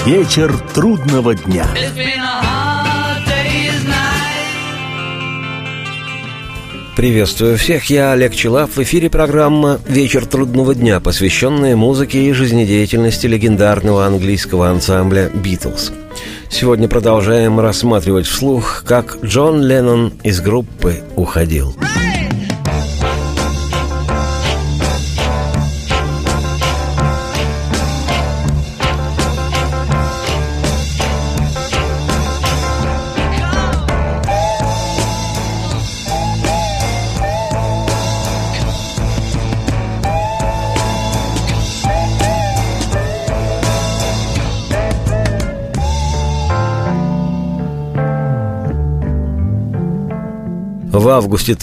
Вечер трудного дня. Приветствую всех, я Олег Челап. В эфире программа «Вечер трудного дня», посвященная музыке и жизнедеятельности легендарного английского ансамбля «Битлз». Сегодня продолжаем рассматривать вслух, как Джон Леннон из группы уходил. В августе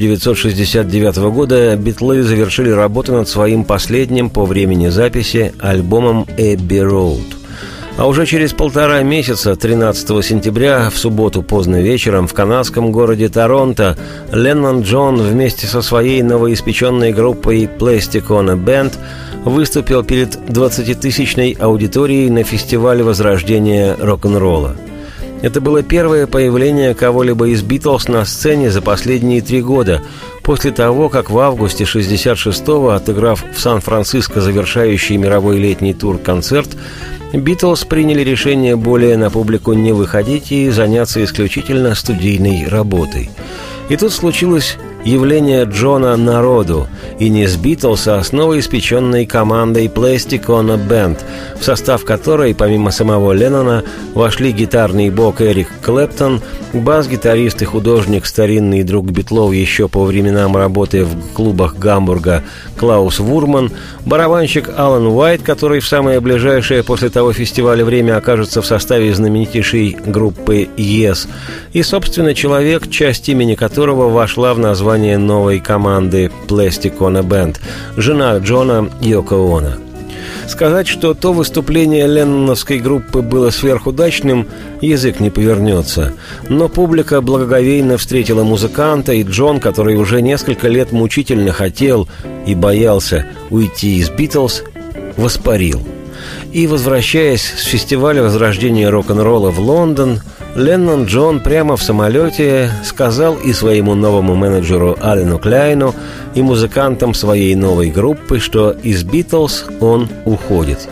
1969 года Битлы завершили работу над своим последним по времени записи альбомом «Эбби Роуд». А уже через полтора месяца, 13 сентября, в субботу поздно вечером, в канадском городе Торонто, Леннон Джон вместе со своей новоиспеченной группой Plasticona Band выступил перед 20-тысячной аудиторией на фестивале возрождения рок-н-ролла. Это было первое появление кого-либо из «Битлз» на сцене за последние 3 года, после того, как в августе 1966-го, отыграв в Сан-Франциско завершающий мировой летний тур-концерт, «Битлз» приняли решение более на публику не выходить и заняться исключительно студийной работой. И тут случилось явление Джона народу, и не с «Битлз», а с новоиспеченной командой Plasticona Band, в состав которой, помимо самого Леннона, вошли гитарный бок Эрик Клэптон, бас-гитарист и художник, старинный друг Битлов еще по временам работы в клубах Гамбурга Клаус Вурман, барабанщик Алан Уайт, который в самое ближайшее после того фестиваля время окажется в составе знаменитейшей группы Yes, и, собственно, человек, часть имени которого вошла в название новой команды Plasticona Band, жена Джона Йоко Оно. Сказать, что то выступление ленноновской группы было сверхудачным, язык не повернется. Но публика благоговейно встретила музыканта, и Джон, который уже несколько лет мучительно хотел и боялся уйти из «Битлз», воспарил. И, возвращаясь с фестиваля возрождения рок-н-ролла в Лондон, Леннон Джон прямо в самолете сказал и своему новому менеджеру Алену Кляйну, и музыкантам своей новой группы, что из «Битлз» он уходит.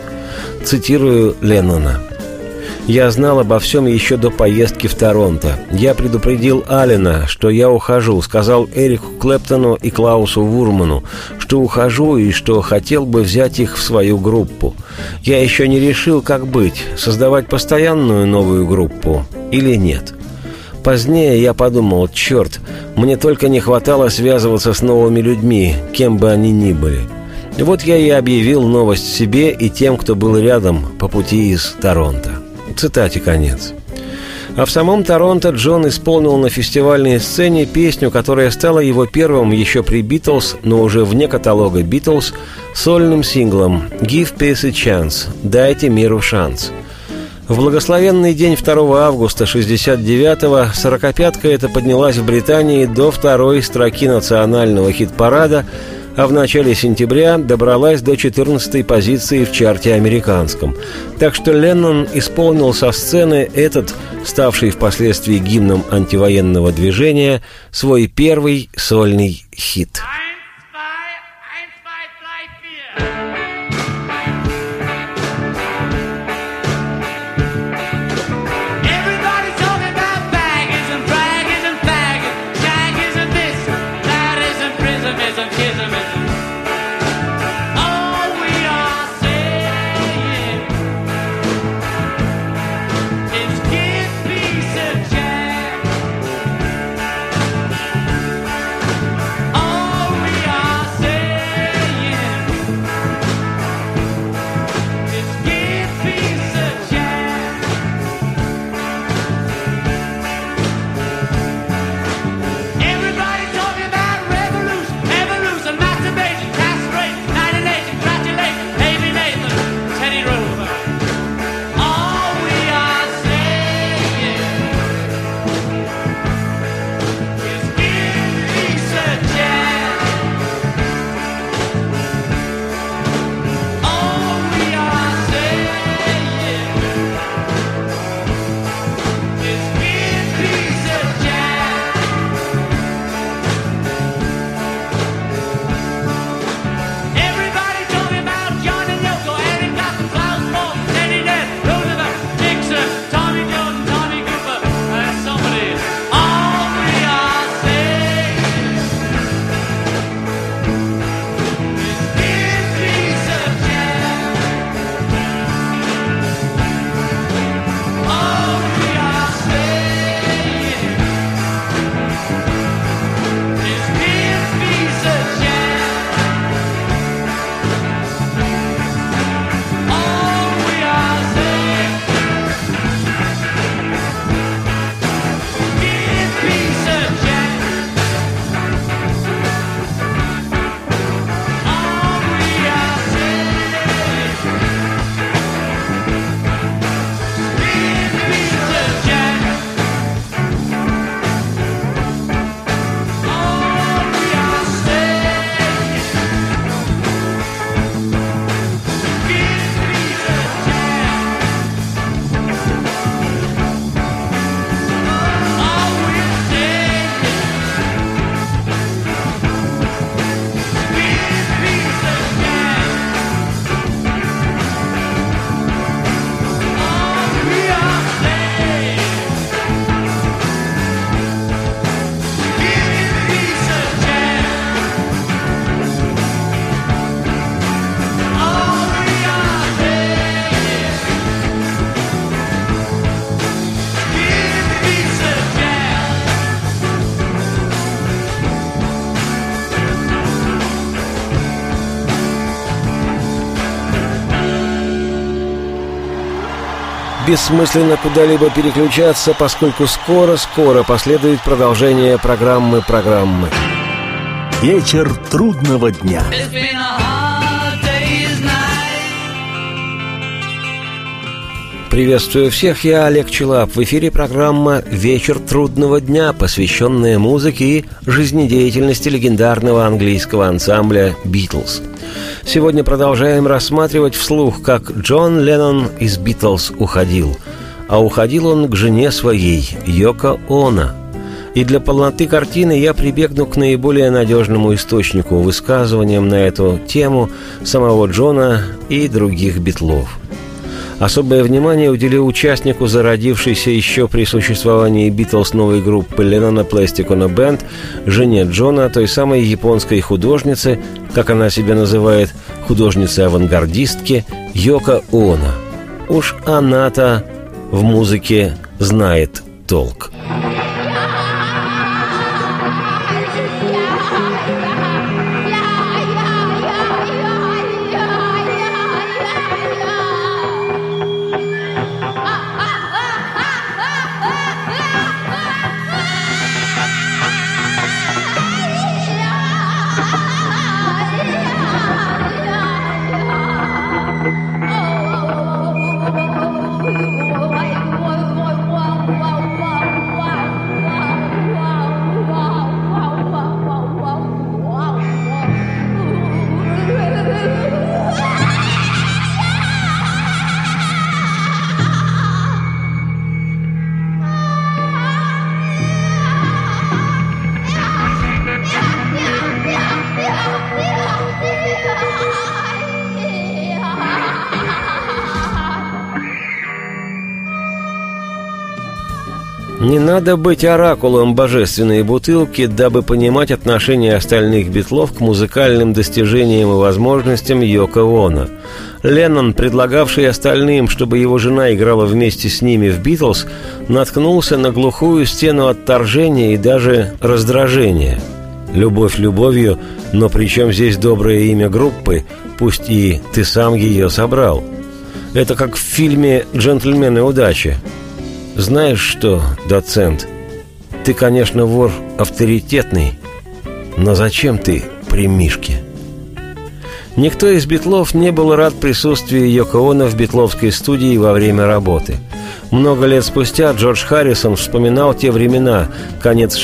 Цитирую Леннона. «Я знал обо всем еще до поездки в Торонто. Я предупредил Алена, что я ухожу, сказал Эрику Клэптону и Клаусу Вурману, что ухожу и что хотел бы взять их в свою группу. Я еще не решил, как быть, создавать постоянную новую группу или нет. Позднее я подумал, черт, мне только не хватало связываться с новыми людьми, кем бы они ни были. Вот я и объявил новость себе и тем, кто был рядом по пути из Торонто». Цитате конец. А в самом Торонто Джон исполнил на фестивальной сцене песню, которая стала его первым еще при «Битлз», но уже вне каталога «Битлз», сольным синглом «Give Peace a Chance» – «Дайте миру шанс». В благословенный день 2 августа 1969-го «Сорокопятка» эта поднялась в Британии до 2-й строки национального хит-парада, а в начале сентября добралась до 14-й позиции в чарте американском. Так что Леннон исполнил со сцены этот, ставший впоследствии гимном антивоенного движения, свой первый сольный хит. Oh, Бессмысленно куда-либо переключаться, поскольку скоро последует продолжение программы. Вечер трудного дня. Приветствую всех, я Олег Челап. В эфире программа «Вечер трудного дня», посвященная музыке и жизнедеятельности легендарного английского ансамбля «Битлз». Сегодня продолжаем рассматривать вслух, как Джон Леннон из «Битлз» уходил. А уходил он к жене своей, Йоко Оно. И для полноты картины я прибегну к наиболее надежному источнику, высказываниям на эту тему самого Джона и других битлов. Особое внимание уделил участнику зародившейся еще при существовании «Битлз» новой группы Леннона Plastic Ono Band, жене Джона, той самой японской художнице, как она себя называет, художнице-авангардистке Йоко Оно. Уж она-то в музыке знает толк. Не надо быть оракулом божественной бутылки, дабы понимать отношение остальных битлов к музыкальным достижениям и возможностям Йоко Оно. Леннон, предлагавший остальным, чтобы его жена играла вместе с ними в «Битлз», наткнулся на глухую стену отторжения и даже раздражения. Любовь любовью, но при чем здесь доброе имя группы, пусть и ты сам ее собрал? Это как в фильме «Джентльмены удачи». Знаешь что, доцент, ты, конечно, вор авторитетный, но зачем ты при Мишке? Никто из битлов не был рад присутствию Йоко Оно в битловской студии во время работы. Много лет спустя Джордж Харрисон вспоминал те времена, конец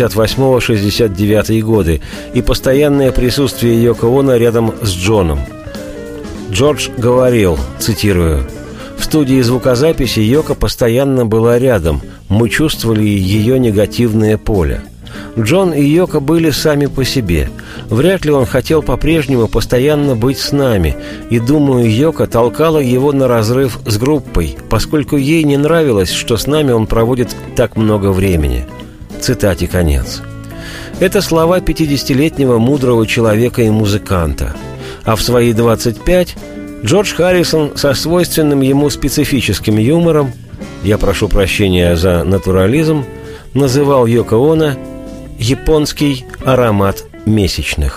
68-69 годы, и постоянное присутствие Йоко Оно рядом с Джоном. Джордж говорил, цитирую: «В студии звукозаписи Йоко постоянно была рядом, мы чувствовали ее негативное поле. Джон и Йоко были сами по себе. Вряд ли он хотел по-прежнему постоянно быть с нами, и, думаю, Йоко толкала его на разрыв с группой, поскольку ей не нравилось, что с нами он проводит так много времени». Цитате конец. Это слова 50-летнего мудрого человека и музыканта. А в свои 25 Джордж Харрисон со свойственным ему специфическим юмором, я прошу прощения за натурализм, называл Йоко Оно «японский аромат месячных».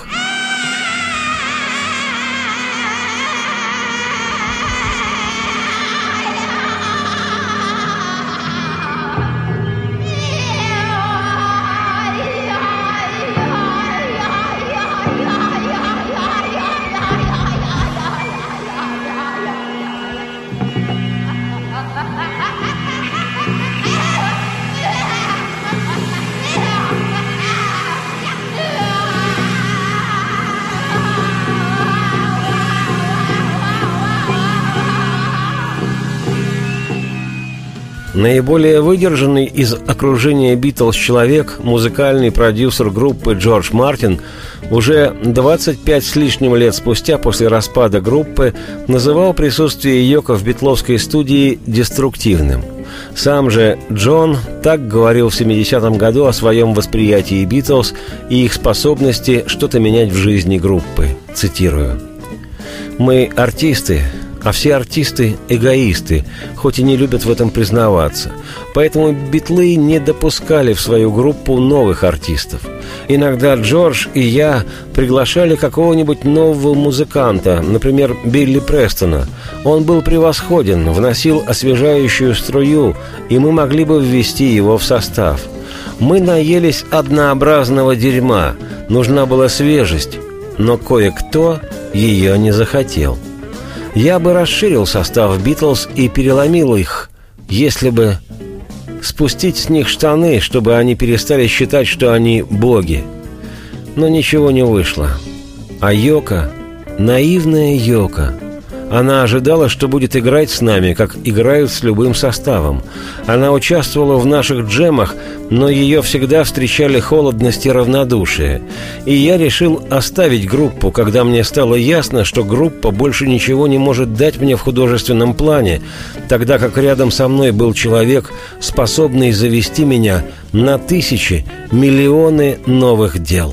Наиболее выдержанный из окружения «Битлз» человек, музыкальный продюсер группы Джордж Мартин, уже 25 с лишним лет спустя после распада группы называл присутствие Йоко в битловской студии деструктивным. Сам же Джон так говорил в 70-м году о своем восприятии «Битлз» и их способности что-то менять в жизни группы. Цитирую: «Мы артисты, а все артисты – эгоисты, хоть и не любят в этом признаваться. Поэтому Битлы не допускали в свою группу новых артистов. Иногда Джордж и я приглашали какого-нибудь нового музыканта, например, Билли Престона. Он был превосходен, вносил освежающую струю, и мы могли бы ввести его в состав. Мы наелись однообразного дерьма, нужна была свежесть, но кое-кто ее не захотел. Я бы расширил состав «Битлз» и переломил их, если бы спустить с них штаны, чтобы они перестали считать, что они боги. Но ничего не вышло. А Йоко, наивная Йоко, она ожидала, что будет играть с нами, как играют с любым составом. Она участвовала в наших джемах, но ее всегда встречали холодность и равнодушие. И я решил оставить группу, когда мне стало ясно, что группа больше ничего не может дать мне в художественном плане, тогда как рядом со мной был человек, способный завести меня на тысячи, миллионы новых дел.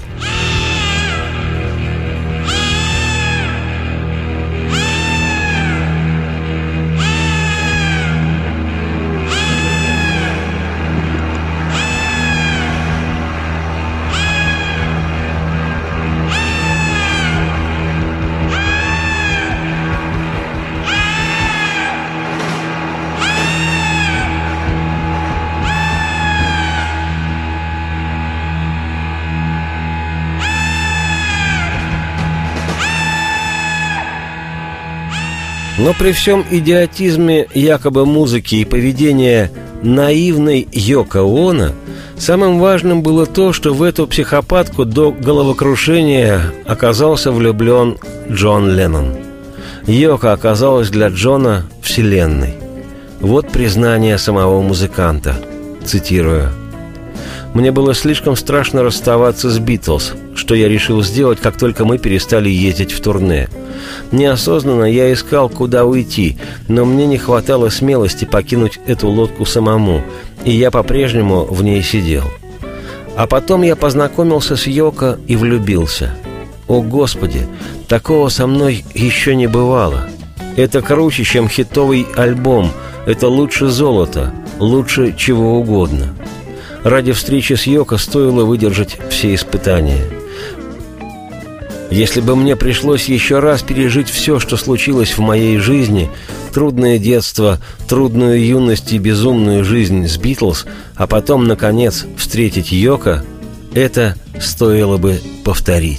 Но при всем идиотизме якобы музыки и поведения наивной Йоко Оно, самым важным было то, что в эту психопатку до головокрушения оказался влюблен Джон Леннон. Йоко оказалась для Джона вселенной. Вот признание самого музыканта. Цитирую. «Мне было слишком страшно расставаться с «Битлз», что я решил сделать, как только мы перестали ездить в турне. Неосознанно я искал, куда уйти, но мне не хватало смелости покинуть эту лодку самому, и я по-прежнему в ней сидел. А потом я познакомился с Йоко и влюбился. О, Господи, такого со мной еще не бывало. Это круче, чем хитовый альбом, это лучше золота, лучше чего угодно. Ради встречи с Йоко стоило выдержать все испытания. Если бы мне пришлось еще раз пережить все, что случилось в моей жизни, трудное детство, трудную юность и безумную жизнь с «Битлз», а потом, наконец, встретить Йоко, это стоило бы повторить».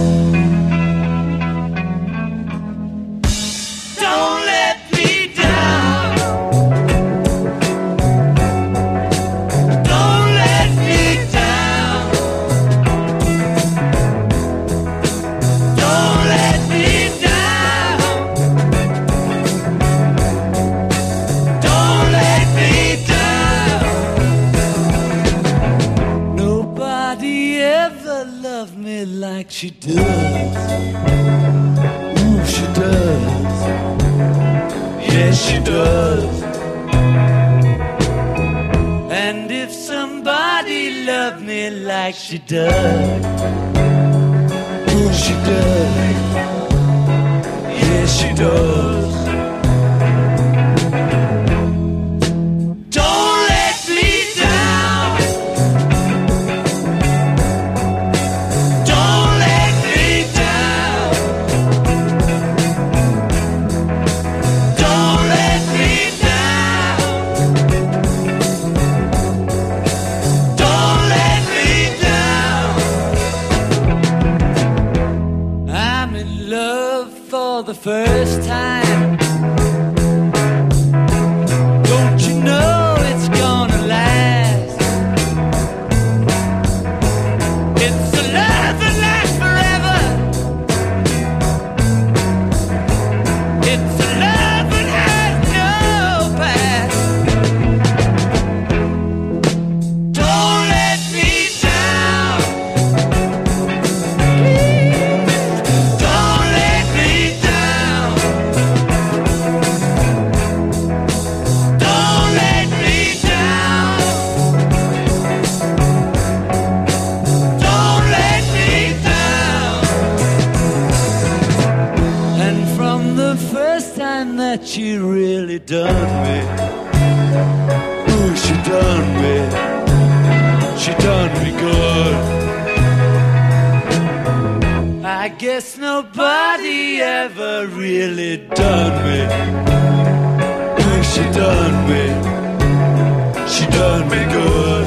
Like she does, ooh, she does, yes she does. And if somebody loved me like she does, ooh, she does, yes she does. The first time done me. Ooh, she done me. She done me good. I guess nobody ever really done me. Ooh, she done me. She done me good.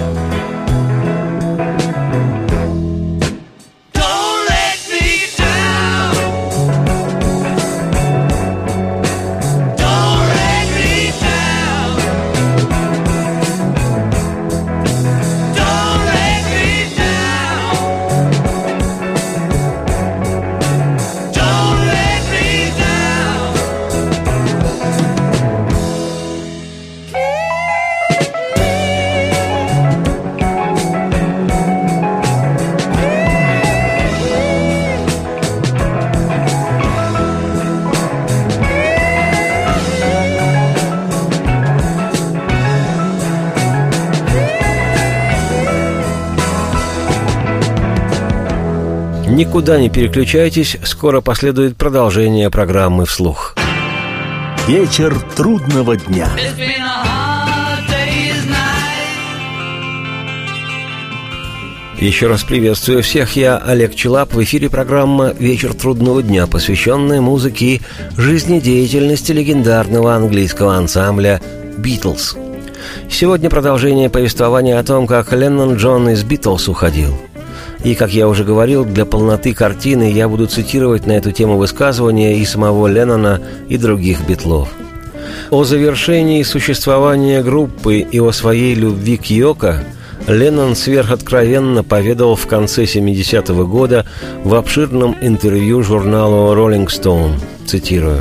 Никуда не переключайтесь, скоро последует продолжение программы «Вслух». Вечер трудного дня. Еще раз приветствую всех, я Олег Челап. В эфире программа «Вечер трудного дня», посвященная музыке и жизнедеятельности легендарного английского ансамбля «Битлз». Сегодня продолжение повествования о том, как Леннон Джон из «Битлз» уходил. И, как я уже говорил, для полноты картины я буду цитировать на эту тему высказывания и самого Леннона, и других битлов. О завершении существования группы и о своей любви к Йоко Леннон сверхоткровенно поведал в конце 70-го года в обширном интервью журналу Rolling Stone. Цитирую.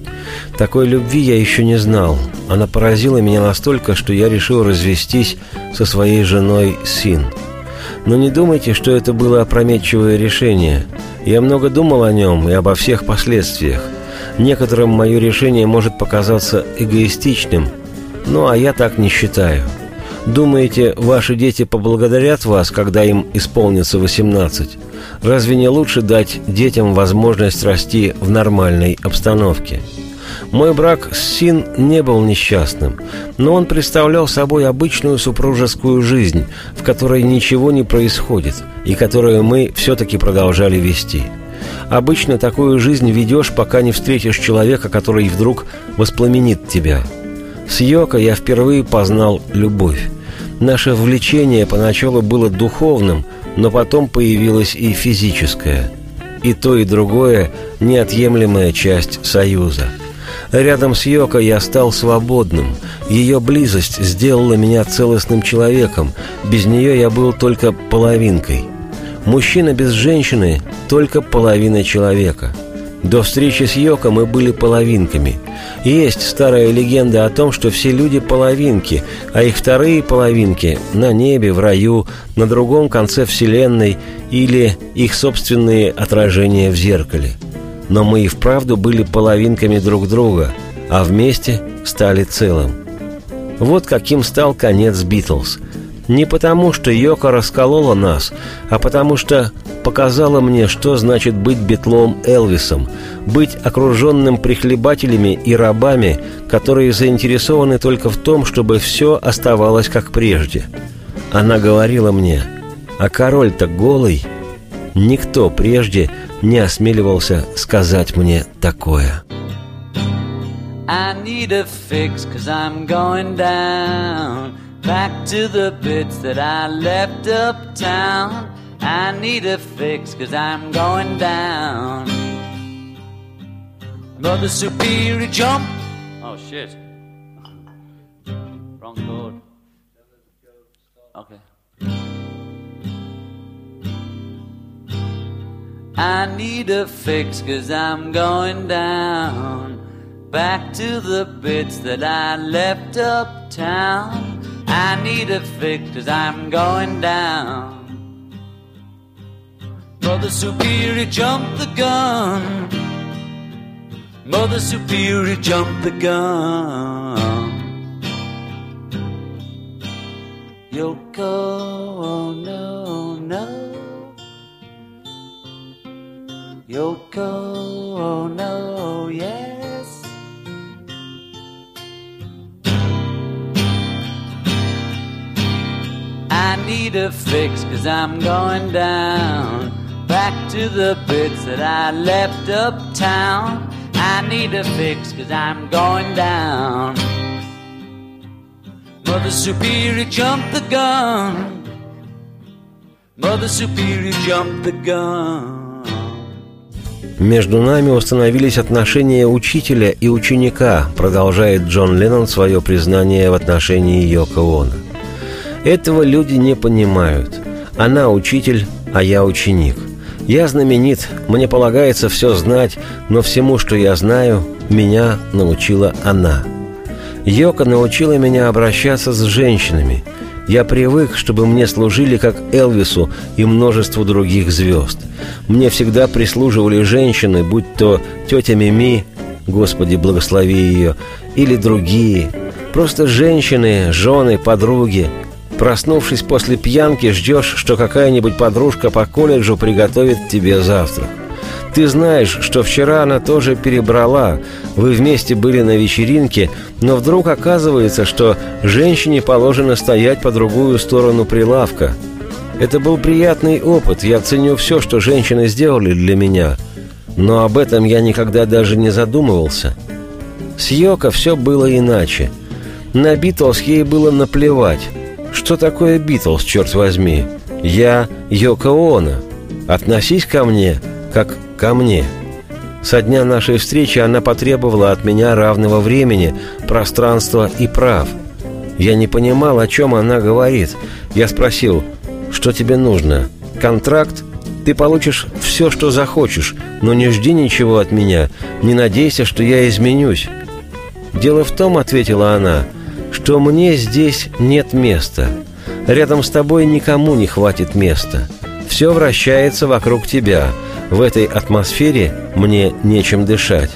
«Такой любви я еще не знал. Она поразила меня настолько, что я решил развестись со своей женой Син. Но не думайте, что это было опрометчивое решение. Я много думал о нем и обо всех последствиях. Некоторым мое решение может показаться эгоистичным, ну а я так не считаю. Думаете, ваши дети поблагодарят вас, когда им исполнится 18? Разве не лучше дать детям возможность расти в нормальной обстановке? Мой брак с Син не был несчастным, но он представлял собой обычную супружескую жизнь, в которой ничего не происходит и которую мы все-таки продолжали вести. Обычно такую жизнь ведешь, пока не встретишь человека, который вдруг воспламенит тебя. С Йоко я впервые познал любовь. Наше влечение поначалу было духовным, но потом появилось и физическое. И то, и другое – неотъемлемая часть союза. Рядом с Йоко я стал свободным. Ее близость сделала меня целостным человеком. Без нее я был только половинкой. Мужчина без женщины – только половина человека. До встречи с Йоко мы были половинками. Есть старая легенда о том, что все люди половинки, а их вторые половинки на небе, в раю, на другом конце вселенной или их собственные отражения в зеркале. Но мы и вправду были половинками друг друга, а вместе стали целым. Вот каким стал конец «Битлз». Не потому, что Йоко расколола нас, а потому что показала мне, что значит быть битлом Элвисом, быть окруженным прихлебателями и рабами, которые заинтересованы только в том, чтобы все оставалось как прежде. Она говорила мне: «А король-то голый». Никто прежде не осмеливался сказать мне такое. I need a fix, 'cause I'm going down back to the bits that I left uptown. I need a fix, 'cause I'm going down. Mother Superior jump. Oh shit. Wrong chord. Okay. I need a fix, 'cause I'm going down back to the bits that I left uptown. I need a fix, 'cause I'm going down. Mother Superior jumped the gun. Mother Superior jumped the gun. Yoko, oh no, no. Yoko, oh no, yes. need a fix, 'cause I'm going down, back to the bits that I left uptown. I need a fix, 'cause I'm going down. Mother Superior jumped the gun. Mother Superior jumped the gun. Между нами установились отношения учителя и ученика, продолжает Джон Леннон свое признание в отношении Йоко Оно. Этого люди не понимают. Она учитель, а я ученик. Я знаменит, мне полагается все знать, но всему, что я знаю, меня научила она. Йоко научила меня обращаться с женщинами. Я привык, чтобы мне служили как Элвису и множеству других звезд. Мне всегда прислуживали женщины, будь то тетя Мими, Господи, благослови ее, или другие. Просто женщины, жены, подруги. Проснувшись после пьянки, ждешь, что какая-нибудь подружка по колледжу приготовит тебе завтрак. Ты знаешь, что вчера она тоже перебрала, вы вместе были на вечеринке, но вдруг оказывается, что женщине положено стоять по другую сторону прилавка. Это был приятный опыт, я ценю все, что женщины сделали для меня, но об этом я никогда даже не задумывался. С Йоко все было иначе. На Битлз ей было наплевать. Что такое Битлз, черт возьми? Я Йоко Оно. Относись ко мне, как ко мне. Со дня нашей встречи она потребовала от меня равного времени, пространства и прав. Я не понимал, о чем она говорит. Я спросил: что тебе нужно? Контракт? Ты получишь все, что захочешь, но не жди ничего от меня, не надейся, что я изменюсь. Дело в том, ответила она, что мне здесь нет места. Рядом с тобой никому не хватит места. Все вращается вокруг тебя. В этой атмосфере мне нечем дышать.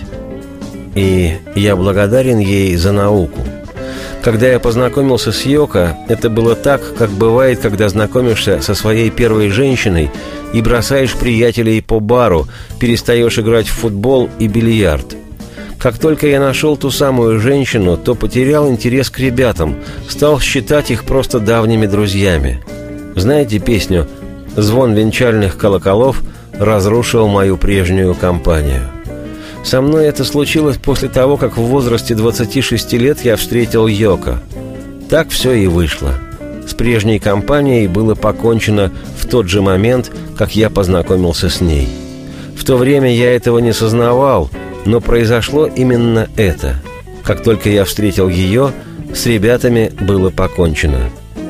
И я благодарен ей за науку. Когда я познакомился с Йоко, это было так, как бывает, когда знакомишься со своей первой женщиной и бросаешь приятелей по бару, перестаешь играть в футбол и бильярд. Как только я нашел ту самую женщину, то потерял интерес к ребятам, стал считать их просто давними друзьями. Знаете песню «Звон венчальных колоколов разрушил мою прежнюю компанию»? Со мной это случилось после того, как в возрасте 26 лет я встретил Йоко. Так все и вышло. С прежней компанией было покончено в тот же момент, как я познакомился с ней. В то время я этого не сознавал, но произошло именно это. Как только я встретил ее, с ребятами было покончено.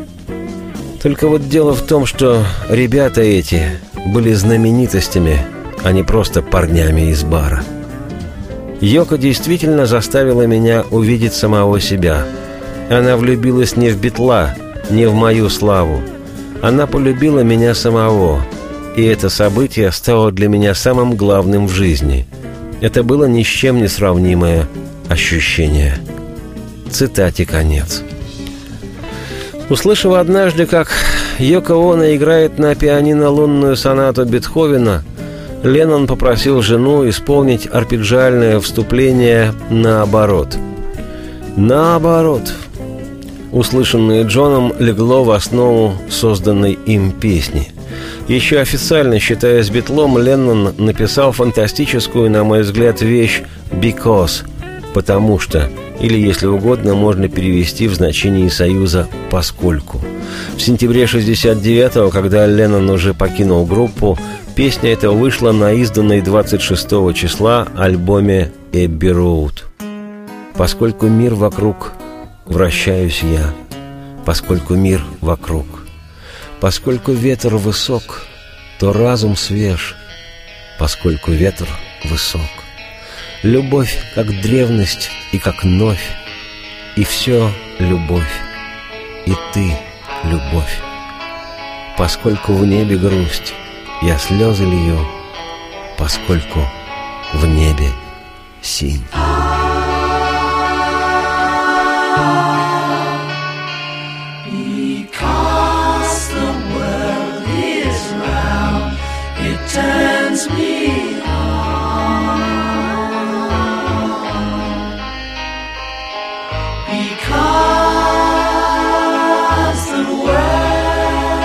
Только вот дело в том, что ребята эти были знаменитостями, а не просто парнями из бара. Йоко действительно заставила меня увидеть самого себя. Она влюбилась не в Битла, не в мою славу. Она полюбила меня самого. И это событие стало для меня самым главным в жизни. Это было ни с чем не сравнимое ощущение. Цитате конец. Услышав однажды, как Йоко Оно играет на пианино лунную сонату Бетховена, Леннон попросил жену исполнить арпеджиальное вступление наоборот. Наоборот. Услышанное Джоном легло в основу созданной им песни. Еще официально считаясь Битлом, Леннон написал фантастическую, на мой взгляд, вещь «because», потому что, или, если угодно, можно перевести в значении союза «поскольку». В сентябре 1969-го, когда Леннон уже покинул группу, песня эта вышла на изданной 26 числа альбоме «Эбби Роуд». Поскольку мир вокруг, вращаюсь я, поскольку мир вокруг. Поскольку ветер высок, то разум свеж, поскольку ветер высок. Любовь, как древность и как новь, и все любовь, и ты любовь. Поскольку в небе грусть, я слезы лью, поскольку в небе синь. Turns me on because the world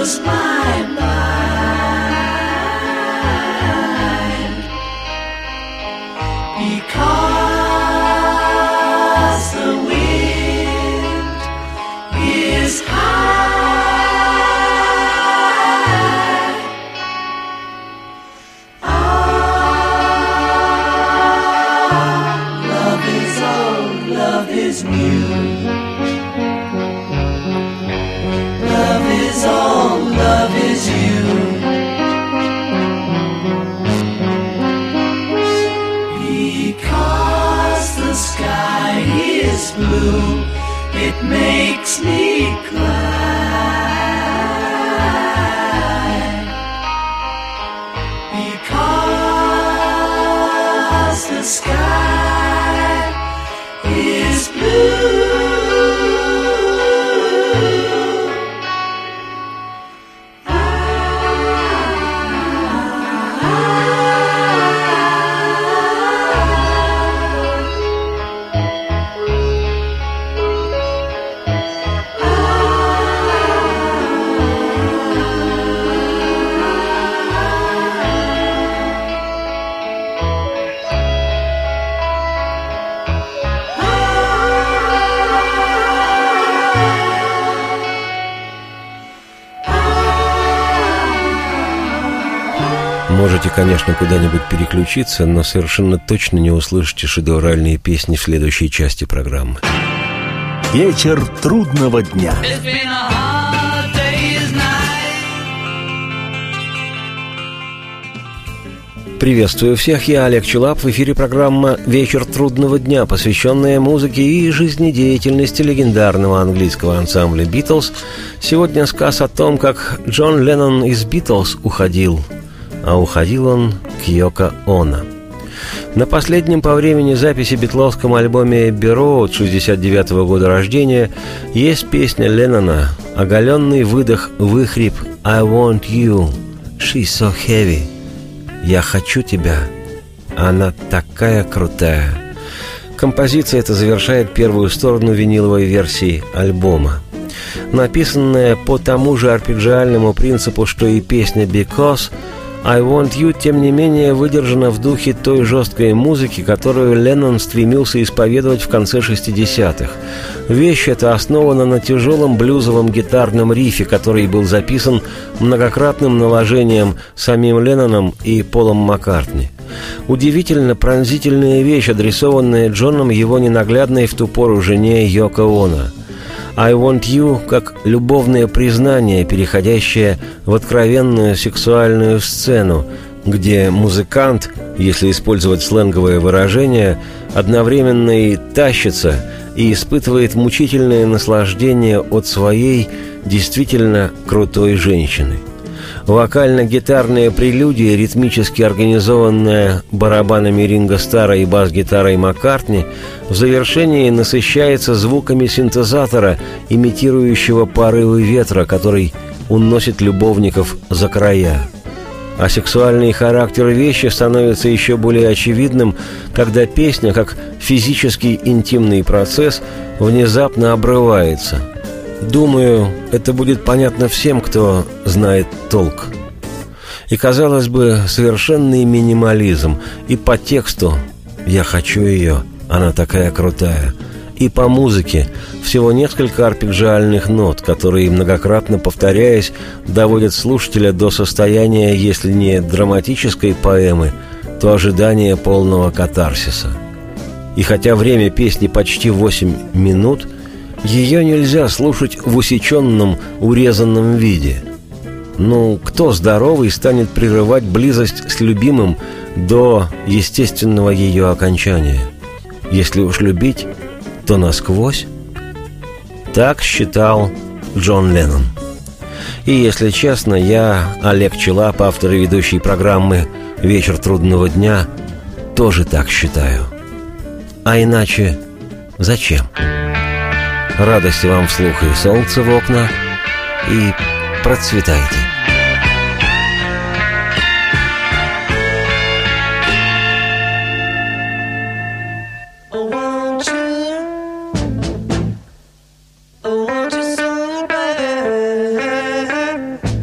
blows my mind, because the wind is high. Love is old, love is new. Love is all, love is you. Because the sky is blue, it makes me cry. Because the sky is blue. Можете, конечно, куда-нибудь переключиться, но совершенно точно не услышите шедевральные песни в следующей части программы. Вечер трудного дня. It's been a hard day's night. Приветствую всех, я Олег Челап. В эфире программа «Вечер трудного дня», посвященная музыке и жизнедеятельности легендарного английского ансамбля «Битлз». Сегодня сказ о том, как Джон Леннон из «Битлз» уходил, а уходил он к Йоко Оно. На последнем по времени записи битловском альбоме «Эбби Роуд» 1969 года рождения есть песня Леннона, оголенный выхрип «I want you, she's so heavy». «Я хочу тебя, она такая крутая». Композиция эта завершает первую сторону виниловой версии альбома. Написанная по тому же арпеджиальному принципу, что и песня «Because», «I Want You», тем не менее, выдержана в духе той жесткой музыки, которую Леннон стремился исповедовать в конце 60-х. Вещь эта основана на тяжелом блюзовом гитарном рифе, который был записан многократным наложением самим Ленноном и Полом Маккартни. Удивительно пронзительная вещь, адресованная Джоном его ненаглядной в ту пору жене Йоко Оно. «I want you» как любовное признание, переходящее в откровенную сексуальную сцену, где музыкант, если использовать сленговое выражение, одновременно и тащится, и испытывает мучительное наслаждение от своей действительно крутой женщины. Вокально-гитарная прелюдия, ритмически организованная барабанами Ринго Старра и бас-гитарой Маккартни, в завершении насыщается звуками синтезатора, имитирующего порывы ветра, который уносит любовников за края. А сексуальный характер вещи становится еще более очевидным, когда песня, как физический интимный процесс, внезапно обрывается. Думаю, это будет понятно всем, кто знает толк. И, казалось бы, совершенный минимализм. И по тексту «Я хочу ее, она такая крутая», и по музыке всего несколько арпеджиальных нот, которые, многократно повторяясь, доводят слушателя до состояния, если не драматической поэмы, то ожидания полного катарсиса. И хотя время песни почти 8 минут, ее нельзя слушать в усеченном, урезанном виде. Ну, кто здоровый станет прерывать близость с любимым до естественного ее окончания? Если уж любить, то насквозь. Так считал Джон Леннон. И, если честно, я, Олег Челап, автор и ведущий программы «Вечер трудного дня», тоже так считаю. А иначе зачем? Радости вам вслух и солнце в окна, и процветайте. I want you so bad.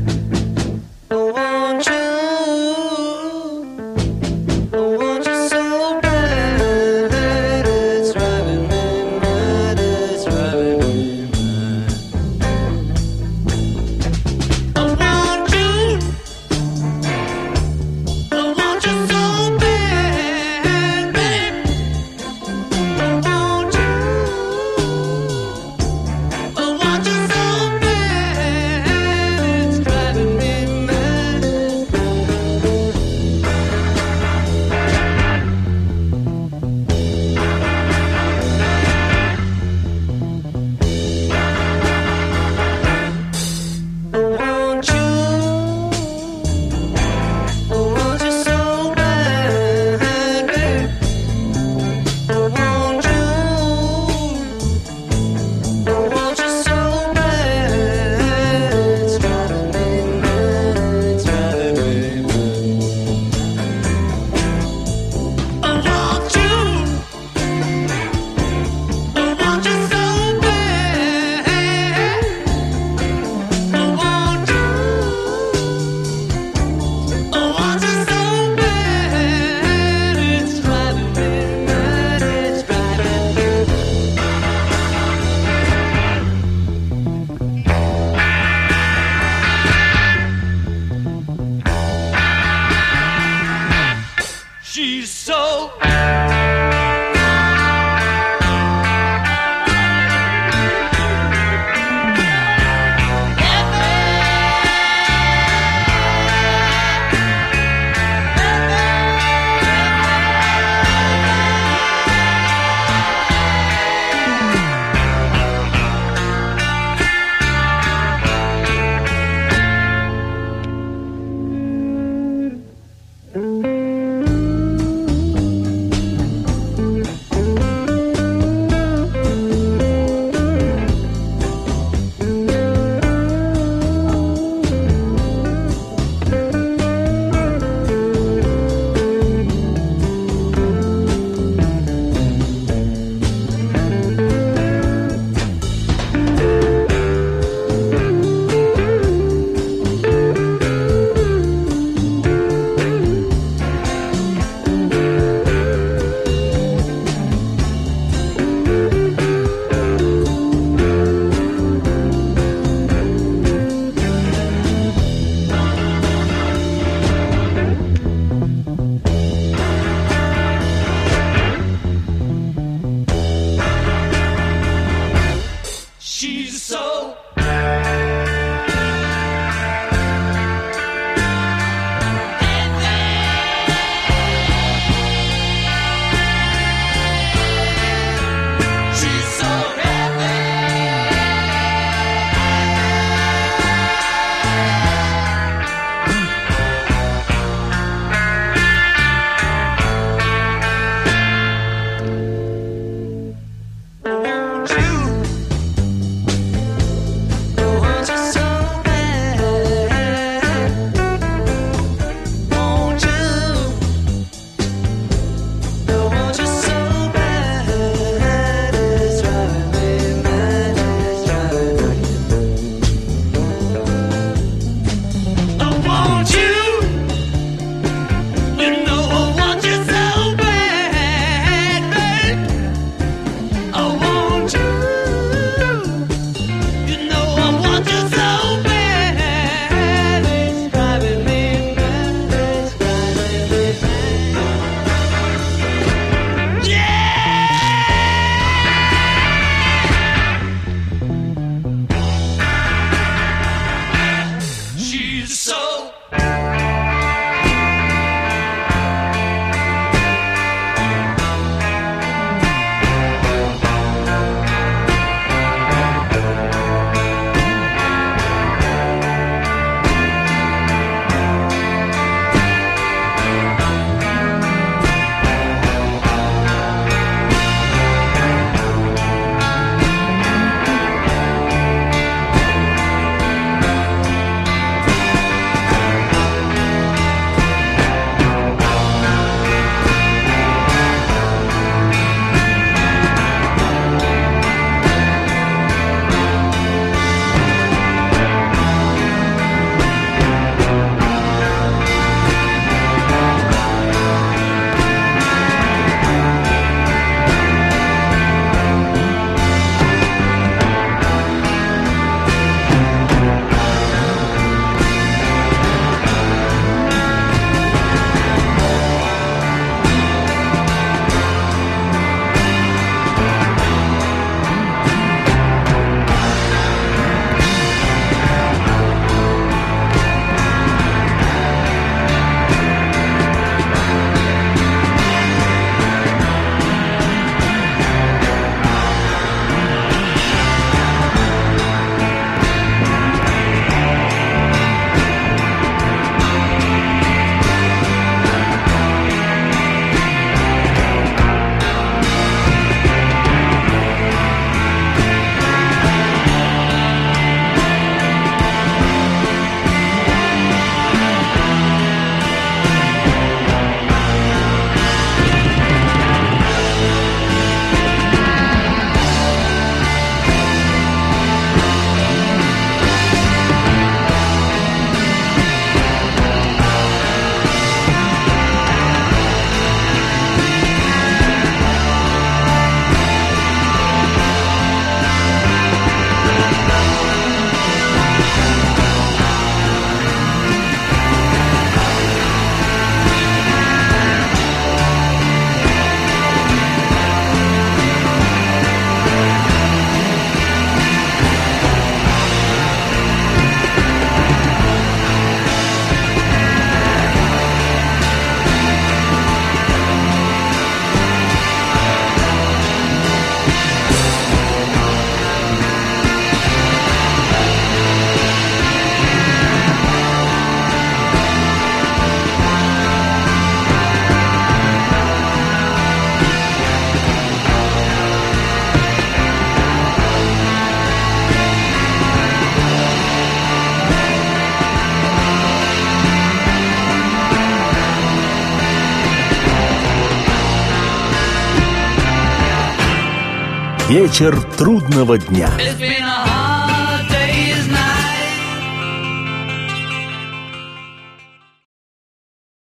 Вечер трудного дня. It's been a hard